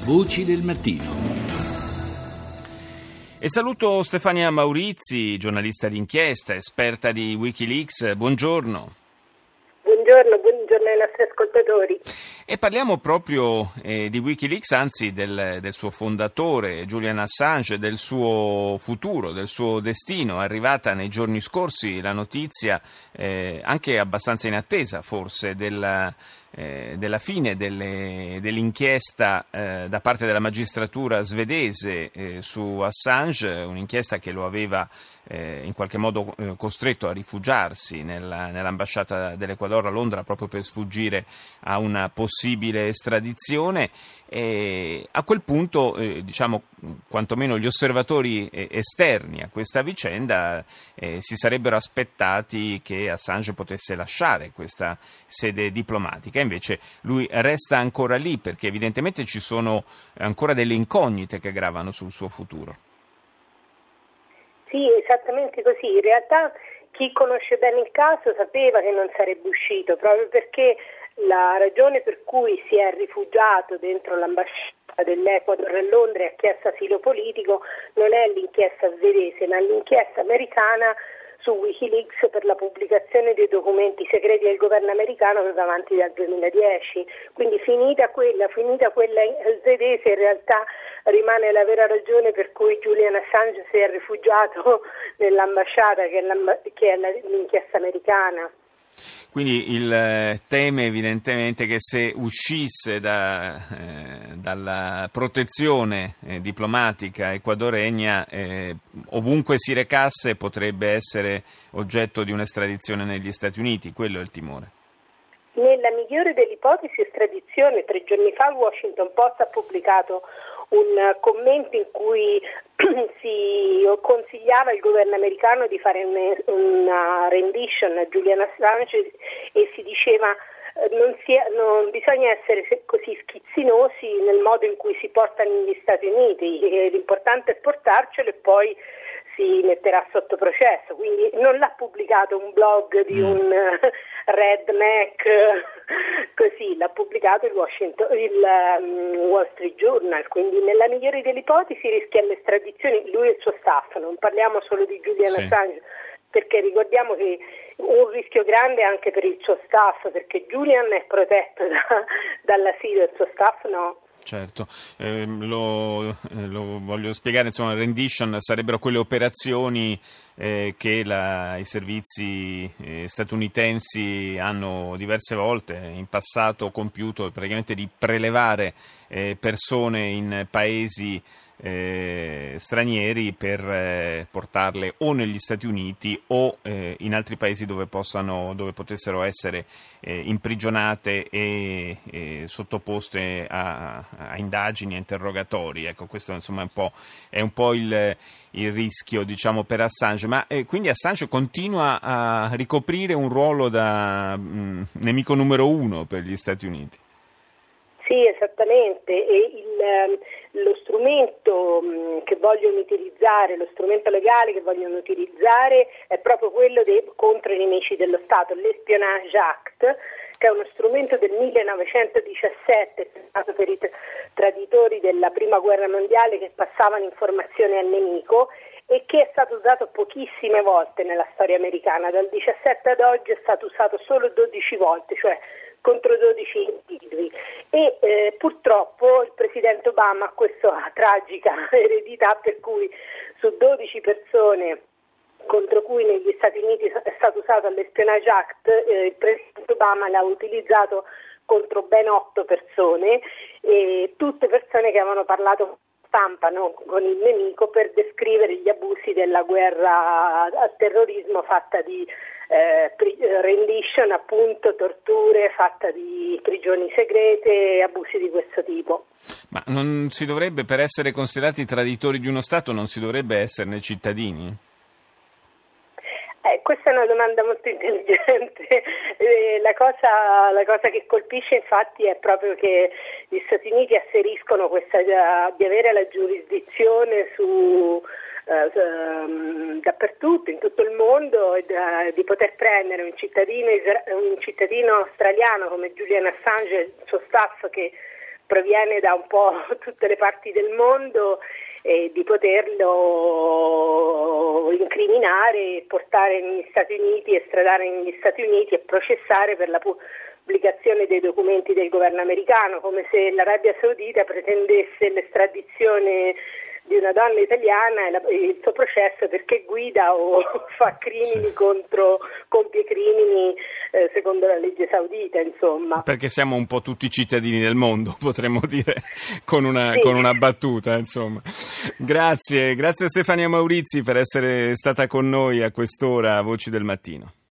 Voci del mattino. E saluto Stefania Maurizi, giornalista d'inchiesta, esperta di Wikileaks. Buongiorno. Buongiorno ai nostri ascoltatori. E parliamo proprio di Wikileaks, anzi del suo fondatore Julian Assange, del suo futuro, del suo destino. È arrivata nei giorni scorsi la notizia, anche abbastanza inattesa forse, della fine dell'inchiesta da parte della magistratura svedese su Assange, un'inchiesta che lo aveva in qualche modo costretto a rifugiarsi nell'ambasciata dell'Ecuador a Londra proprio per sfuggire a una possibile estradizione. E a quel punto, quantomeno gli osservatori esterni a questa vicenda si sarebbero aspettati che Assange potesse lasciare questa sede diplomatica. Invece lui resta ancora lì perché evidentemente ci sono ancora delle incognite che gravano sul suo futuro. Sì, esattamente così. In realtà chi conosce bene il caso sapeva che non sarebbe uscito, proprio perché la ragione per cui si è rifugiato dentro l'ambasciata dell'Ecuador a Londra e ha chiesto asilo politico non è l'inchiesta svedese, ma l'inchiesta americana su Wikileaks per la pubblicazione dei documenti segreti del governo americano che va avanti dal 2010. Quindi finita quella svedese, in realtà rimane la vera ragione per cui Julian Assange si è rifugiato nell'ambasciata che è l'inchiesta americana. Quindi il teme evidentemente che se uscisse dalla protezione diplomatica ecuadoregna, ovunque si recasse potrebbe essere oggetto di un'estradizione negli Stati Uniti, quello è il timore. Nella migliore delle ipotesi estradizione. 3 giorni fa il Washington Post ha pubblicato un commento in cui si consigliava al governo americano di fare una rendition a Julian Assange e si diceva non bisogna essere così schizzinosi nel modo in cui si portano negli Stati Uniti, l'importante è portarcelo e poi si metterà sotto processo. Quindi non l'ha pubblicato un blog di un redneck così, l'ha pubblicato il Wall Street Journal. Quindi nella migliore delle ipotesi rischia l'estradizione lui e il suo staff, non parliamo solo di Julian Assange, perché ricordiamo che un rischio grande anche per il suo staff, perché Julian è protetto dall'asilo e il suo staff no. Certo, lo voglio spiegare, insomma, rendition sarebbero quelle operazioni che i servizi statunitensi hanno diverse volte in passato compiuto, praticamente di prelevare persone in paesi stranieri per portarle o negli Stati Uniti o in altri paesi dove potessero essere imprigionate e sottoposte a indagini e interrogatori. Ecco, questo insomma è un po' il rischio, diciamo, per Assange. Ma quindi Assange continua a ricoprire un ruolo da nemico numero 1 per gli Stati Uniti. Sì, esattamente, e lo strumento che vogliono utilizzare, lo strumento legale che vogliono utilizzare è proprio quello contro i nemici dello Stato, l'Espionage Act, che è uno strumento del 1917 pensato per i traditori della Prima Guerra Mondiale che passavano informazioni al nemico e che è stato usato pochissime volte nella storia americana. Dal 17 ad oggi è stato usato solo 12 volte, cioè contro 12 individui e purtroppo il presidente Obama ha questa tragica eredità per cui su 12 persone contro cui negli Stati Uniti è stato usato l'Espionage Act, il presidente Obama l'ha utilizzato contro ben 8 persone, tutte persone che avevano parlato stampa, no, con il nemico per descrivere gli abusi della guerra al terrorismo fatta di rendition, appunto, torture, fatta di prigioni segrete, abusi di questo tipo. Ma non si dovrebbe, per essere considerati traditori di uno Stato, non si dovrebbe esserne cittadini? Questa è una domanda molto intelligente. La cosa che colpisce infatti è proprio che gli Stati Uniti asseriscono questa di avere la giurisdizione su dappertutto, in tutto il mondo, di poter prendere un cittadino australiano come Julian Assange e il suo staff che proviene da un po' tutte le parti del mondo, di poterlo incriminare, portare negli Stati Uniti, estradare negli Stati Uniti e processare per la pubblicazione dei documenti del governo americano, come se l'Arabia Saudita pretendesse l'estradizione di una donna italiana e il suo processo perché guida o fa crimini compie crimini secondo la legge saudita, insomma. Perché siamo un po' tutti cittadini del mondo, potremmo dire, con una battuta, insomma. Grazie Stefania Maurizi per essere stata con noi a quest'ora a Voci del Mattino.